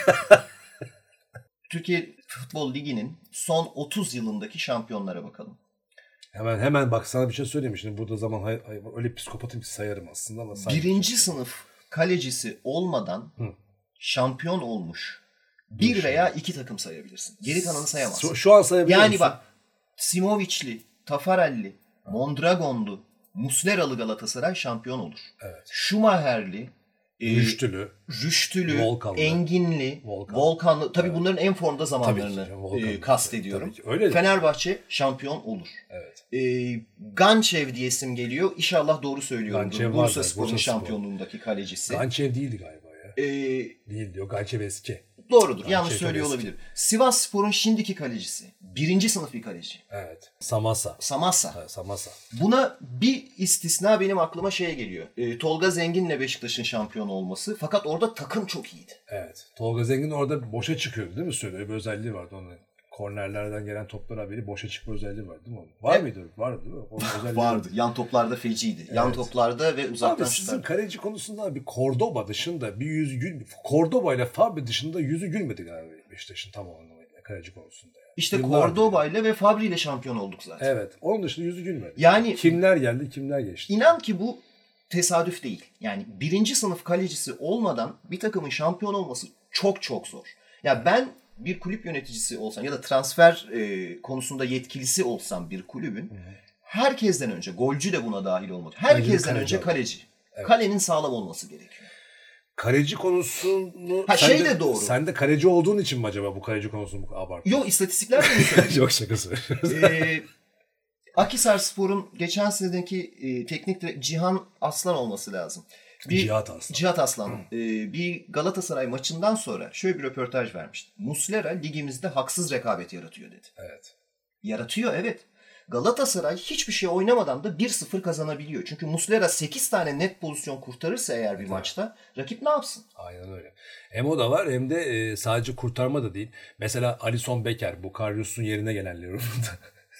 Türkiye Futbol Ligi'nin son otuz yılındaki şampiyonlara bakalım. Hemen hemen bak sana bir şey söyleyeyim. Şimdi burada zaman hay, hay, öyle psikopatım ki sayarım aslında ama birinci sınıf kalecisi olmadan Hı. şampiyon olmuş bir Hı. veya iki takım sayabilirsin. Geri kalanı sayamazsın. Şu, şu an sayabiliyor yani musun? bak Simoviçli, Tafarelli, Mondragonlu, Musleralı Galatasaray şampiyon olur. Evet. Schumacher'li, Rüştülü, Rüştülü, Volkanlı, Enginli, Volkan. Volkanlı. Tabii evet. bunların en formda zamanlarını ki, e, kastediyorum. Öyle Fenerbahçe şampiyon olur. Evet. E, Gançev diye isim geliyor. İnşallah doğru söylüyorum. Bursa Spor'un şampiyonluğundaki kalecisi. Gançev değildi galiba ya. E, Değil diyor. Gançev eski. Doğrudur. Gançev yanlış söylüyor olabilir. Sivas Spor'un şimdiki kalecisi. Birinci sınıf bir kaleci. Evet. Samasa. Samasa. Evet, Samasa. Buna bir istisna benim aklıma şey geliyor. E, Tolga Zengin'le Beşiktaş'ın şampiyon olması. Fakat orada takım çok iyiydi. Evet. Tolga Zengin orada boşa çıkıyordu değil mi? Söyle bir özelliği vardı onun. Kornerlerden gelen toplara biri boşa çıkma özelliği vardı değil mi? Var evet. mıydı? Vardı değil mi? Vardı. Vardı. Yan toplarda feciydi. Evet. Yan toplarda ve uzaktan şutlar. Sizin kaleci konusunda bir Cordoba dışında bir yüz gül Cordoba ile Fabri dışında yüzü gülmedi galiba Beşiktaş'ın tam anlamıyla kaleci konusunda. Yani. İşte Cordoba ile ve Fabri ile şampiyon olduk zaten. Evet. Onun dışında yüzü gülmedi. Yani kimler geldi, kimler geçti. İnan ki bu tesadüf değil. Yani birinci sınıf kalecisi olmadan bir takımın şampiyon olması çok çok zor. Ya ben bir kulüp yöneticisi olsam ya da transfer e, konusunda yetkilisi olsam bir kulübün Hı-hı. herkesten önce, golcü de buna dahil olmadı. Herkesten kaleci önce kaleci. Evet. Kalenin sağlam olması gerekiyor. Kaleci konusunu... Ha şey de, de doğru. Sen de kaleci olduğun için mi acaba bu kaleci konusunu bu abartıyorsun? Yok, istatistikler de mi söylüyor? Yok, şakası. ee, Akhisarspor'un geçen senedeki e, teknik direktörü Cihan Aslan olması lazım. Bir, Cihat Aslan. Cihat Aslan. e, bir Galatasaray maçından sonra şöyle bir röportaj vermişti. Muslera ligimizde haksız rekabet yaratıyor dedi. Evet. Yaratıyor evet. Galatasaray hiçbir şey oynamadan da bir sıfır kazanabiliyor. Çünkü Muslera sekiz tane net pozisyon kurtarırsa eğer bir evet. maçta rakip ne yapsın? Aynen öyle. Hem o da var hem de e, sadece kurtarma da değil. Mesela Alisson Becker bu Karius'un yerine gelenleri burada.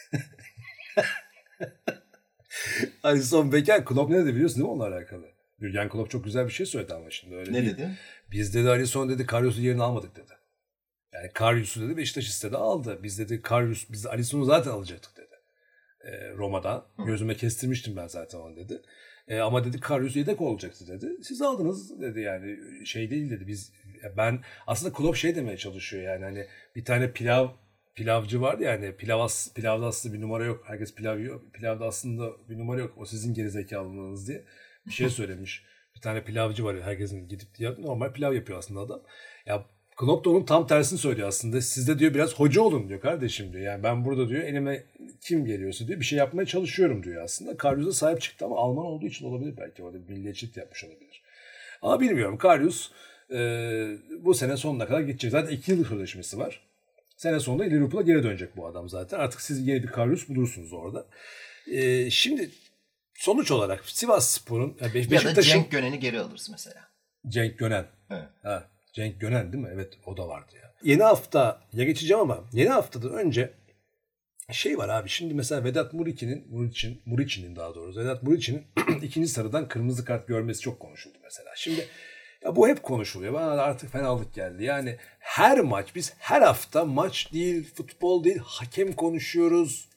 Alisson Becker Klopp ne dedi biliyorsun değil mi onunla alakalı? Jürgen Klopp çok güzel bir şey söyledi ama şimdi öyle ne değil. Ne dedi? Biz dedi Alisson dedi Karius'un yerini almadık dedi. Yani Karius'u dedi Beşiktaş istedi aldı. Biz dedi Karius biz Alisson'u zaten alacaktık dedi. E, Roma'dan. Hı. Gözüme kestirmiştim ben zaten onu dedi. E, ama dedi Karius yedek olacaktı dedi. Siz aldınız dedi yani şey değil dedi. Biz ben aslında Klopp şey demeye çalışıyor yani hani bir tane pilav pilavcı var ya hani pilav as, pilavda aslında bir numara yok. Herkes pilav yiyor. Pilavda aslında bir numara yok. O sizin gerizekalılığınız diye bir şey söylemiş. Bir tane pilavcı var ya herkesin gidip diye normal pilav yapıyor aslında adam. Ya Klopp da onun tam tersini söylüyor aslında. Siz de diyor biraz hoca olun diyor kardeşim diyor. Yani ben burada diyor elime kim geliyorsa diyor bir şey yapmaya çalışıyorum diyor aslında. Karius'a sahip çıktı ama Alman olduğu için olabilir belki. Orada bir milliyetçilik yapmış olabilir. Ama bilmiyorum Karius e, bu sene sonuna kadar gidecek. Zaten iki yıllık sözleşmesi var. Sene sonunda Liverpool'a geri dönecek bu adam zaten. Artık siz yeni bir Karius bulursunuz orada. E, şimdi sonuç olarak Sivasspor'un ya, Beşiktaş'ın... Ya da Cenk Gönen'i geri alırız mesela. Cenk Gönen. Evet. Ha, Cenk Gönen değil mi? Evet o da vardı ya. Yeni hafta ya geçeceğim ama yeni haftadan önce şey var abi. Şimdi mesela Vedat Muriç'in Muriç'in Muriç'in daha doğrusu Vedat Muriç'in ikinci sarıdan kırmızı kart görmesi çok konuşuldu mesela. Şimdi ya bu hep konuşuluyor. Bana da artık fenalık geldi. Yani her maç biz her hafta maç değil, futbol değil, hakem konuşuyoruz.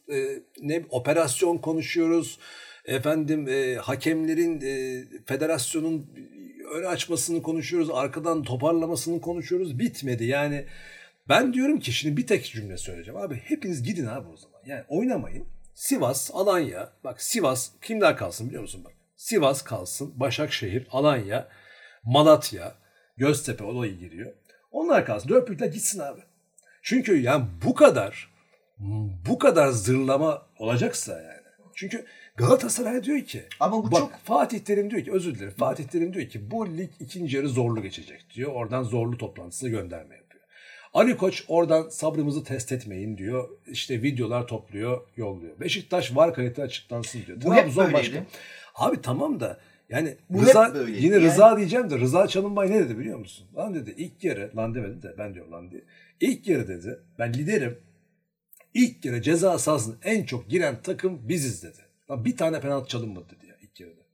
e, ne operasyon konuşuyoruz. Efendim e, hakemlerin e, federasyonun öne açmasını konuşuyoruz. Arkadan toparlamasını konuşuyoruz. Bitmedi. Yani ben diyorum ki şimdi bir tek cümle söyleyeceğim. Abi hepiniz gidin abi o zaman. Yani oynamayın. Sivas, Alanya. Bak Sivas kimler kalsın biliyor musun? Bak Sivas kalsın. Başakşehir, Alanya, Malatya, Göztepe olayı giriyor. Onlar kalsın. Dört büyükler gitsin abi. Çünkü yani bu kadar bu kadar zırlama olacaksa yani. Çünkü Galatasaray diyor ki ama bu bak, çok Fatih Terim diyor ki özür dilerim. Fatih Terim diyor ki bu lig ikinci yarı zorlu geçecek diyor. Oradan zorlu toplantısına gönderme yapıyor. Ali Koç oradan sabrımızı test etmeyin diyor. İşte videolar topluyor, yolluyor. Beşiktaş var kayıtı açıklansın diyor. Bu hep Trabzon böyleydi. başka. Abi tamam da yani Bu Rıza, hep böyle. yine Yani- Rıza diyeceğim de Rıza Çalınbay ne dedi biliyor musun? Lan dedi ilk yarı lan demedi de ben diyorum lan diye. İlk yarı dedi ben liderim. İlk yarı ceza sahasına en çok giren takım biziz dedi. Lan bir tane penaltı çalınmadı dedi ya ilk yarıda.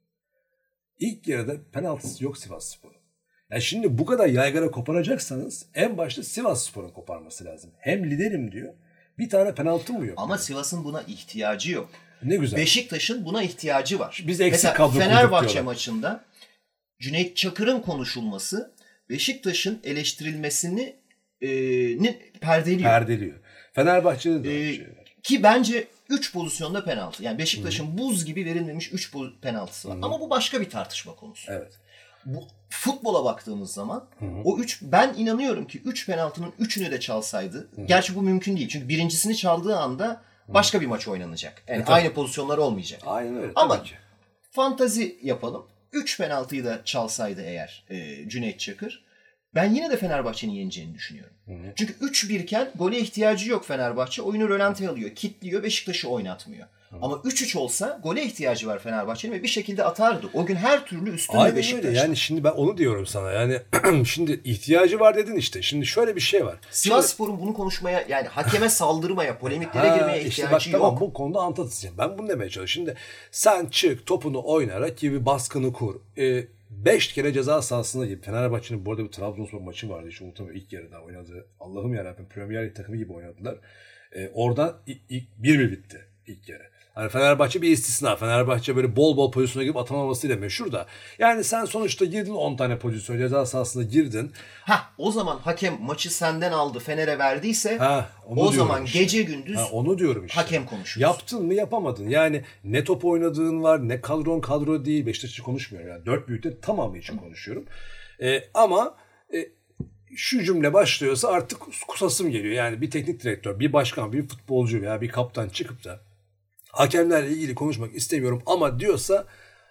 İlk yarıda penaltısı yok Sivasspor'un. Yani şimdi bu kadar yaygara koparacaksanız en başta Sivasspor'un koparması lazım. Hem liderim diyor. Bir tane penaltı mı yok? ama yani? Sivas'ın buna ihtiyacı yok. Ne güzel. Beşiktaş'ın buna ihtiyacı var. Biz eksik Mesela kadro kurduk Fenerbahçe diyorlar. maçında Cüneyt Çakır'ın konuşulması Beşiktaş'ın eleştirilmesini e, ni perdeliyor. Perdeliyor. Fenerbahçe'de de Ee, aynı şey var. Ki bence üç pozisyonda penaltı. Yani Beşiktaş'ın buz gibi verilmemiş üç penaltısı var. Ama bu başka bir tartışma konusu. Evet. Bu futbola baktığımız zaman o üç ben inanıyorum ki üç penaltının üçünü de çalsaydı. Gerçi bu mümkün değil. Çünkü birincisini çaldığı anda başka bir maç oynanacak. Yani E, tabii. aynı pozisyonlar olmayacak. Aynen öyle. Ama tabii ki. fantazi yapalım. üç penaltıyı da çalsaydı eğer e, Cüneyt Çakır, ben yine de Fenerbahçe'nin yeneceğini düşünüyorum. Hı hı. Çünkü üç bir iken gole ihtiyacı yok Fenerbahçe. Oyunu rölantiye alıyor, kitliyor, Beşiktaş'ı oynatmıyor. Hı. Ama üç üç olsa gole ihtiyacı var Fenerbahçe'nin ve bir şekilde atardı. O gün her türlü üstünde Aynen Beşiktaş'ta. öyle. Yani şimdi ben onu diyorum sana. Yani şimdi ihtiyacı var dedin işte. Şimdi şöyle bir şey var. Sivasspor'un bunu konuşmaya yani hakeme saldırmaya, polemiklere Ha, girmeye işte ihtiyacı bak, yok. tamam, bu konuda anlatacağım. Ben bunu demeye çalışıyorum. Şimdi sen çık topunu oyna, rakibi baskını kur. Ee, beş kere ceza sahasına gir. Fenerbahçe'nin bu arada bir Trabzonspor maçı vardı. Hiç unutamıyorum. İlk yarıda oynadı. Allah'ım yarabbim. Premier Lig takımı gibi oynadılar. Ee, oradan ilk bir bir bitti ilk yarı. Hani Fenerbahçe bir istisna. Fenerbahçe böyle bol bol pozisyona girip atamamasıyla meşhur da. Yani sen sonuçta girdin on tane pozisyon ceza sahasına girdin. Hah, o zaman hakem maçı senden aldı, Fener'e verdiyse Ha, onu o diyorum zaman işte. gece gündüz Ha, onu diyorum işte. hakem konuşuruz. Yaptın mı yapamadın. Yani ne top oynadığın var, ne kadron kadro değil. Beşiktaş için konuşmuyorum. Yani dört büyükte tamamı için konuşuyorum. Ee, ama e, şu cümle başlıyorsa artık kusasım geliyor. Yani bir teknik direktör, bir başkan, bir futbolcu veya bir kaptan çıkıp da hakemlerle ilgili konuşmak istemiyorum ama diyorsa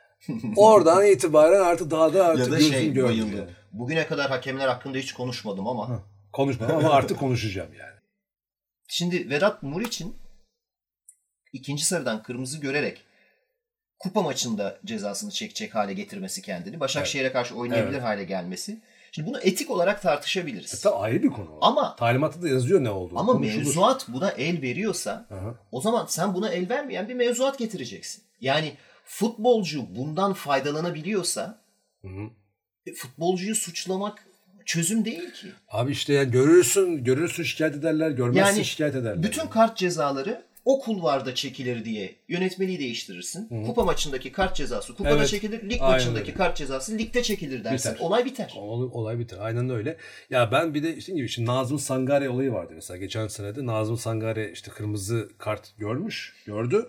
oradan itibaren artık daha da artık ya da gözüm şey görmüyor. bayıldı. Bugüne kadar hakemler hakkında hiç konuşmadım ama. Hı. Konuşmam ama artık konuşacağım yani. Şimdi Vedat Muriç'in ikinci sarıdan kırmızı görerek kupa maçında cezasını çekecek hale getirmesi kendini. Başakşehir'e evet. karşı oynayabilir evet. hale gelmesi. Şimdi bunu etik olarak tartışabiliriz. E, tabii ayrı bir konu. Ama talimatı da yazıyor ne olduğunu. Ama konuşulur. mevzuat buna el veriyorsa Aha. o zaman sen buna el vermeyen bir mevzuat getireceksin. Yani futbolcu bundan faydalanabiliyorsa hı hı. E, futbolcuyu suçlamak çözüm değil ki. Abi işte yani görürsün, görürsün şikayet ederler, görmezsin yani, şikayet ederler. Bütün yani. Kart cezaları o kulvarda çekilir diye yönetmeliği değiştirirsin. Hı-hı. Kupa maçındaki kart cezası kupada evet. çekilir, lig Aynen maçındaki öyle. Kart cezası ligde çekilir dersin. Biter. Olay biter. Olay, olay biter. Aynen öyle. Ya ben bir de işte gibi şimdi Nazım Sangare olayı vardı mesela geçen senede. Nazım Sangare işte kırmızı kart görmüş, gördü.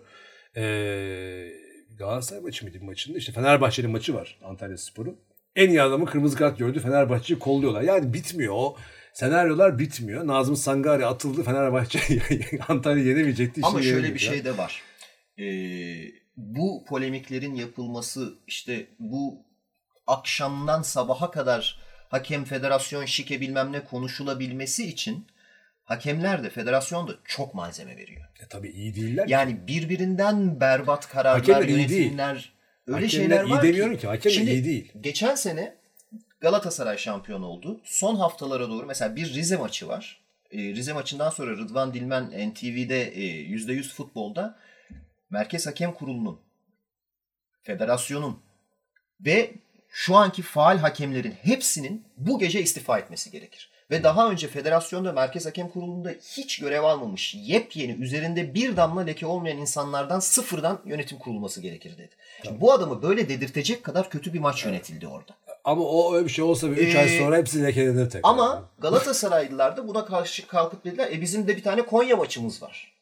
Ee, Galatasaray maçı mıydı maçında? İşte Fenerbahçe'nin maçı var Antalyaspor'un. En iyi adamı kırmızı kart gördü. Fenerbahçe'yi kolluyorlar. Yani bitmiyor o. Senaryolar bitmiyor. Nazım Sangare atıldı. Fenerbahçe Antalya yenemeyecekti. Ama şöyle bir şey de var. Ee, bu polemiklerin yapılması işte bu akşamdan sabaha kadar hakem, federasyon, şike bilmem ne konuşulabilmesi için hakemler de federasyon da çok malzeme veriyor. E tabii iyi değiller. Yani birbirinden berbat kararlar, hakemler yönetimler değil. öyle hakemler şeyler var iyi demiyorum ki. Hakemler Şimdi, iyi değil. Geçen sene Galatasaray şampiyon oldu. Son haftalara doğru mesela bir Rize maçı var. Ee, Rize maçından sonra Rıdvan Dilmen N T V'de e, yüzde yüz futbolda Merkez Hakem Kurulu'nun, federasyonun ve şu anki faal hakemlerin hepsinin bu gece istifa etmesi gerekir. Ve daha önce federasyonda Merkez Hakem Kurulu'nda hiç görev almamış, yepyeni, üzerinde bir damla leke olmayan insanlardan sıfırdan yönetim kurulması gerekir dedi. Şimdi bu adamı böyle dedirtecek kadar kötü bir maç yönetildi orada. Ama o öyle bir şey olsa üç ee, ay sonra hepsi lekelenir tekrar. Ama Galatasaraylılar da buna karşı kalkıp dediler e bizim de bir tane Konya maçımız var.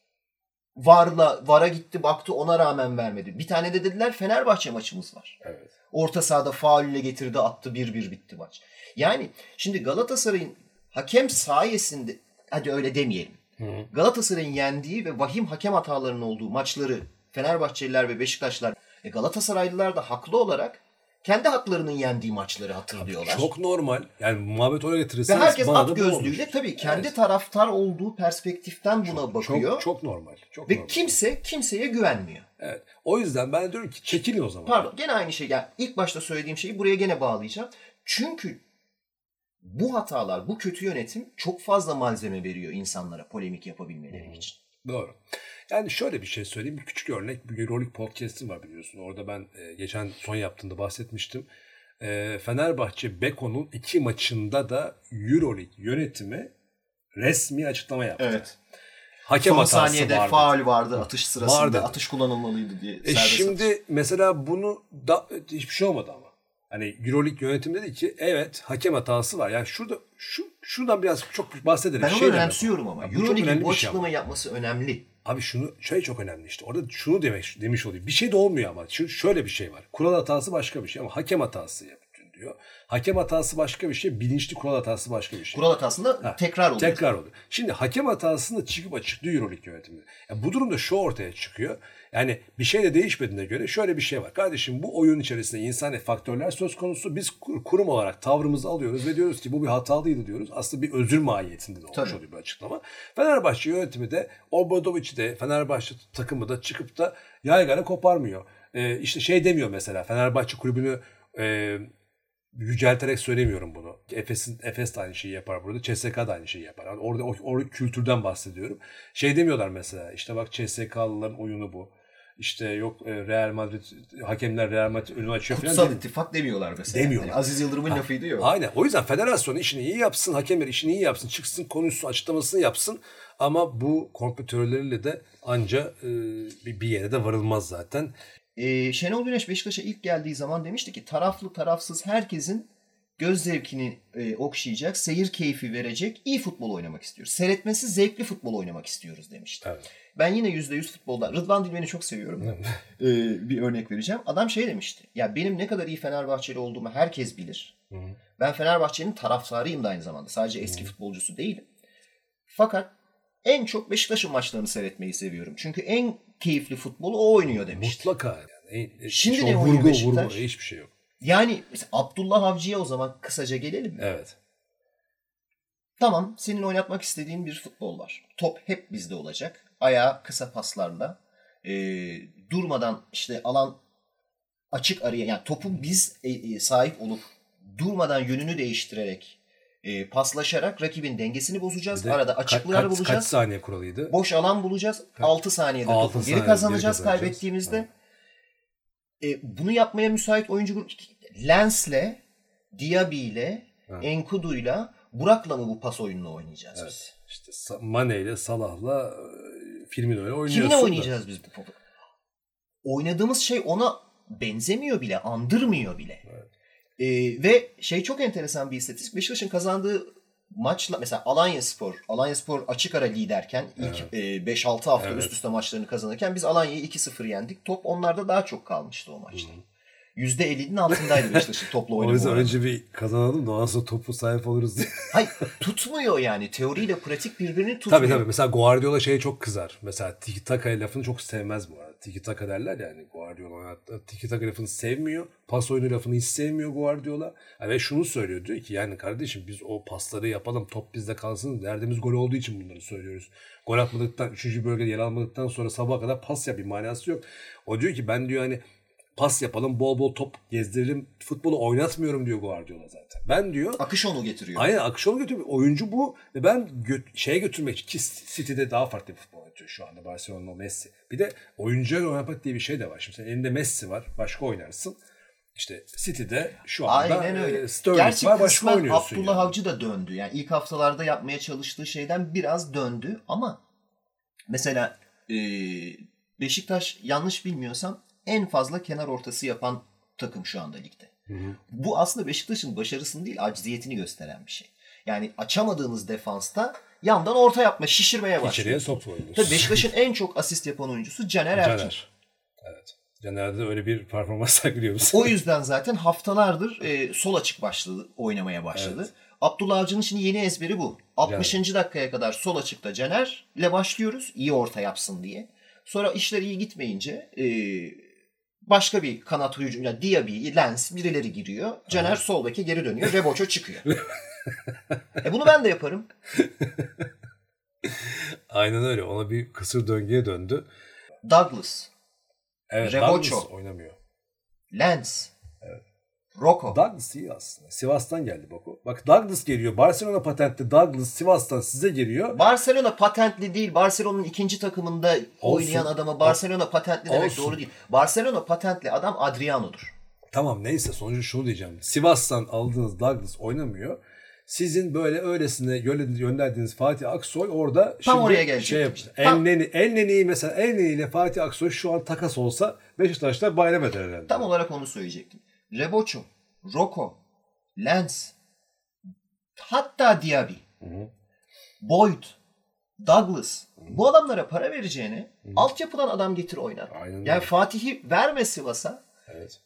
Varla, Vara gitti baktı ona rağmen vermedi. Bir tane de dediler Fenerbahçe maçımız var. Evet. Orta sahada faulle getirdi attı bir bir bitti maç. Yani şimdi Galatasaray'ın hakem sayesinde hadi öyle demeyelim. Hı hı. Galatasaray'ın yendiği ve vahim hakem hatalarının olduğu maçları Fenerbahçeliler ve Beşiktaşlar e Galatasaraylılar da haklı olarak kendi haklarının yendiği maçları hatırlıyorlar. Çok normal. Yani muhabbet oraya getirirseniz ve herkes at gözlüğüyle tabii kendi evet. taraftar olduğu perspektiften buna çok, bakıyor. Çok, çok normal. Çok ve normal. kimse kimseye güvenmiyor. Evet. O yüzden ben diyorum ki çekilin o zaman. Pardon gene aynı şey. Yani ilk başta söylediğim şeyi buraya gene bağlayacağım. Çünkü bu hatalar, bu kötü yönetim çok fazla malzeme veriyor insanlara polemik yapabilmeleri hmm. için. Doğru. Yani şöyle bir şey söyleyeyim. Bir küçük örnek. Bir Euroleague podcast'im var biliyorsun. Orada ben e, geçen son yaptığımda bahsetmiştim. E, Fenerbahçe Beko'nun iki maçında da Euroleague yönetimi resmi açıklama yaptı. Evet. Hakem son hatası saniyede vardı. faul vardı atış sırasında. Vardı. Atış kullanılmalıydı diye. E şimdi atış. Mesela bunu da hiçbir şey olmadı ama. Hani Euroleague yönetimi dedi ki evet hakem hatası var. Yani şurada şu şuradan biraz çok bahsedelim. Ben onu şey önemsiyorum ama. Euroleague'in bu açıklamayı şey yapması önemli. Abi şunu şey çok önemli işte. Orada şunu demek demiş oluyor. Bir şey de olmuyor ama. Şu, şöyle bir şey var. Kural hatası başka bir şey ama hakem hatası yapıyor diyor. Hakem hatası başka bir şey, bilinçli kural hatası başka bir şey. Kural hatasında ha, tekrar oluyor. Tekrar oluyor. Şimdi hakem hatasını çıkıp açıklıyor Euroleague yönetimi. Yani bu durumda şu ortaya çıkıyor. Yani bir şey de değişmediğine göre şöyle bir şey var. Kardeşim bu oyun içerisinde insani faktörler söz konusu. Biz kurum olarak tavrımızı alıyoruz ve diyoruz ki bu bir hatalıydı diyoruz. Aslında bir özür mahiyetinde de olmuş Tabii. oluyor bir açıklama. Fenerbahçe yönetimi de Obradoviç de Fenerbahçe takımı da çıkıp da yaygara koparmıyor. Ee, işte şey demiyor mesela Fenerbahçe kulübünü e, yücelterek söylemiyorum bunu. Efes'in Efes de aynı şeyi yapar burada. C S K da aynı şeyi yapar. Yani orada o, o kültürden bahsediyorum. Şey demiyorlar mesela işte bak C S K'lıların oyunu bu. İşte yok Real Madrid hakemler Real Madrid önünü açıyor falan. Kutsal ittifak demiyorlar mesela. Demiyorlar. Yani Aziz Yıldırım'ın ha, lafıydı ya. Aynen. O yüzden federasyon işini iyi yapsın, hakemler işini iyi yapsın, çıksın konuşsun, açıklamasını yapsın. Ama bu komplo teorileriyle de anca e, bir yere de varılmaz zaten. Ee, Şenol Güneş Beşiktaş'a ilk geldiği zaman demişti ki taraflı tarafsız herkesin göz zevkini e, okşayacak, seyir keyfi verecek iyi futbol oynamak istiyoruz. Seyretmesi zevkli futbol oynamak istiyoruz demişti. Evet. Ben yine yüzde yüz futbolda, Rıdvan Dilmen'i çok seviyorum. Evet. ee, bir örnek vereceğim. Adam şey demişti, ya benim ne kadar iyi Fenerbahçeli olduğumu herkes bilir. Hı hı. Ben Fenerbahçe'nin taraftarıyım da aynı zamanda. Sadece eski hı. futbolcusu değilim. Fakat en çok Beşiktaş'ın maçlarını seyretmeyi seviyorum. Çünkü en keyifli futbolu o oynuyor demişti. Mutlaka. Yani. E, Şimdi ne oynuyor Beşiktaş? Vurgu, hiçbir şey yok. Yani mesela Abdullah Avcı'ya o zaman kısaca gelelim mi? Evet. Tamam, senin oynatmak istediğin bir futbol var. Top hep bizde olacak. Ayağı kısa paslarla e, durmadan işte alan açık araya yani topu biz e, e, sahip olup durmadan yönünü değiştirerek e, paslaşarak rakibin dengesini bozacağız. Arada açıklılar kaç, bulacağız. Kaç saniye kuralıydı? Boş alan bulacağız. altı saniyede altı topu geri kazanacağız, geri kazanacağız kaybettiğimizde. Evet. E, bunu yapmaya müsait oyuncu grubu Lens'le, Diaby'yle, Enkudu'yla, Burak'la mı bu pas oyununu oynayacağız evet. biz? İşte Mane'yle, Salah'la, Firmino'yla oynuyorsun. Kimle oynayacağız da. biz bu topu? Oynadığımız şey ona benzemiyor bile, andırmıyor bile. Evet. Ee, ve şey çok enteresan bir istatistik. Beşiktaş'ın kazandığı maçla mesela Alanyaspor, Alanyaspor açık ara liderken ilk evet. e, beş altı hafta evet. üst üste maçlarını kazanırken biz Alanya'yı iki sıfır yendik. Top onlarda daha çok kalmıştı o maçta. Hmm. yüzde ellinin altındaydı Beşiktaş'ın toplu oynama. O yüzden önce bir kazanalım da ondan sonra topu sahip oluruz diye. Hayır tutmuyor yani. Teoriyle pratik birbirini tutmuyor. Tabii tabii. Mesela Guardiola şeye çok kızar. Mesela tiki taka lafını çok sevmez bu arada. Tiki taka derler yani Guardiola. Tiki taka lafını sevmiyor. Pas oyunu lafını hiç sevmiyor Guardiola. Ve şunu söylüyor diyor ki yani kardeşim biz o pasları yapalım. Top bizde kalsın. Derdimiz gol olduğu için bunları söylüyoruz. Gol atmadıktan, üçüncü bölgede yer almadıktan sonra sabaha kadar pas yap bir manası yok. O diyor ki ben diyor hani pas yapalım, bol bol top gezdirelim. Futbolu oynatmıyorum diyor Guardiola zaten. Ben diyor... Akış onu getiriyor. Aynen akış onu getiriyor. Oyuncu bu. Ve ben gö- şeye götürmek için... Ki City'de daha farklı bir futbol oynatıyor şu anda. Barcelona'da Messi. Bir de oyuncuya oynatmak diye bir şey de var. Şimdi senin elinde Messi var. Başka oynarsın. İşte City'de şu anda Aynen öyle. e, Sterling Gerçi var, başka kısmen oynuyorsun. Abdullah yani. Avcı da döndü. Yani ilk haftalarda yapmaya çalıştığı şeyden biraz döndü ama mesela e, Beşiktaş yanlış bilmiyorsam en fazla kenar ortası yapan takım şu anda ligde. Hı hı. Bu aslında Beşiktaş'ın başarısını değil, acziyetini gösteren bir şey. Yani açamadığınız defansta yandan orta yapma, şişirmeye başlıyor. İçeriye top oynuyorsun. Tabii Beşiktaş'ın en çok asist yapan oyuncusu Caner Erkin. Caner. Evet. Caner'de öyle bir performans sergiliyor musun? O yüzden zaten haftalardır e, sol açık başladı, oynamaya başladı. Evet. Abdullah Avcı'nın şimdi yeni ezberi bu. altmışıncı Caner. dakikaya kadar sol açıkta Caner'le başlıyoruz. İyi orta yapsın diye. Sonra işler iyi gitmeyince e, başka bir kanat hücum, yani Diaby, Lens birileri giriyor. Caner evet. sol beke geri dönüyor. Reboço çıkıyor. e bunu ben de yaparım. Aynen öyle. Ona bir kısır döngüye döndü. Douglas. Evet, Reboço. Douglas oynamıyor. Lens. Evet. Rocco. Douglas iyi aslında. Sivas'tan geldi bak o. Bak Douglas geliyor. Barcelona patentli Douglas Sivas'tan size geliyor. Barcelona patentli değil. Barcelona'nın ikinci takımında olsun. Oynayan adama Barcelona patentli demek olsun. Doğru değil. Barcelona patentli adam Adriano'dur. Tamam neyse sonucu şunu diyeceğim. Sivas'tan aldığınız Douglas oynamıyor. Sizin böyle öylesine gönderdiğiniz Fatih Aksoy orada tam şimdi oraya gelecek. Şey işte. Elneni, Elneni mesela Elneni ile Fatih Aksoy şu an takas olsa Beşiktaş'ta bayram eder herhalde. Tam olarak onu söyleyecektim. Reboço, Rocco, Lens, hatta Diaby, hı hı. Boyd, Douglas. Hı hı. Bu adamlara para vereceğine hı hı. altyapıdan adam getir oynar. Aynen yani öyle. Fatih'i verme Sivas'a. Evet.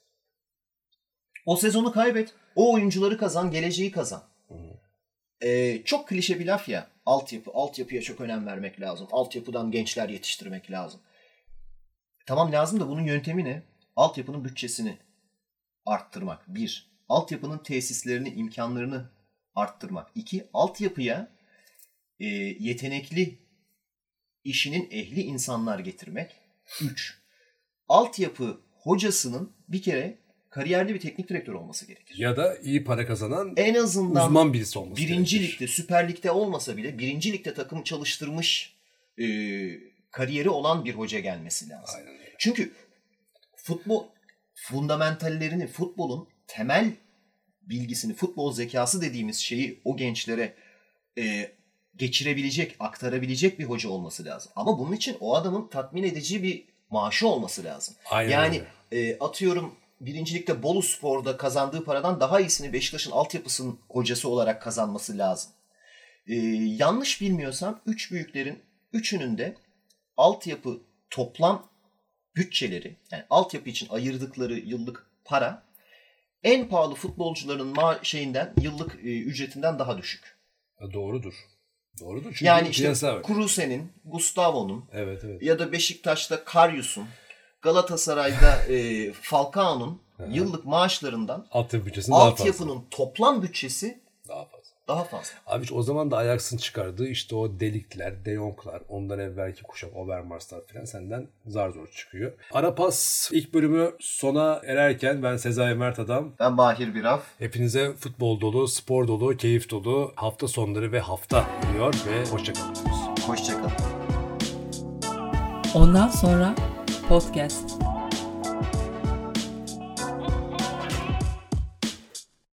O sezonu kaybet. O oyuncuları kazan, geleceği kazan. Hı hı. Ee, çok klişe bir laf ya. Altyapı, altyapıya çok önem vermek lazım. Altyapıdan gençler yetiştirmek lazım. Tamam lazım da bunun yöntemi ne? Altyapının bütçesini arttırmak. Bir. Altyapının tesislerini, imkanlarını arttırmak. İki. Altyapıya e, yetenekli, işinin ehli insanlar getirmek. Üç. Altyapı hocasının bir kere kariyerli bir teknik direktör olması gerekir. Ya da iyi para kazanan en azından uzman birisi olması birinci gerekir. ligde, Süper Lig'de olmasa bile birinci ligde takım çalıştırmış e, kariyeri olan bir hoca gelmesi lazım. Aynen öyle. Çünkü futbol fundamentallerini, futbolun temel bilgisini, futbol zekası dediğimiz şeyi o gençlere e, geçirebilecek, aktarabilecek bir hoca olması lazım. Ama bunun için o adamın tatmin edici bir maaşı olması lazım. Aynen yani e, atıyorum birinci ligde Boluspor'da kazandığı paradan daha iyisini Beşiktaş'ın altyapısının hocası olarak kazanması lazım. E, yanlış bilmiyorsam üç büyüklerin üçünün de altyapı toplam bütçeleri, yani altyapı için ayırdıkları yıllık para en pahalı futbolcuların ma- şeyinden yıllık e, ücretinden daha düşük. Doğrudur. Doğrudur. Çünkü yani işte Kruse'nin, Gustavo'nun evet, evet. ya da Beşiktaş'ta Karius'un, Galatasaray'da e, Falcao'nun yıllık maaşlarından altyapı altyapının toplam bütçesi daha fazla. Daha fazla. Abi o zaman da Ajax'ın çıkardığı işte o Delikler, De Jong'lar, ondan evvelki kuşak Overmars'lar falan senden zar zor çıkıyor. Arapas ilk bölümü sona ererken ben Sezai Mert Adam. Ben Bahir Biraf. Hepinize futbol dolu, spor dolu, keyif dolu hafta sonları ve hafta diliyor ve hoşçakalın diyoruz. Hoşçakalın. Ondan sonra podcast.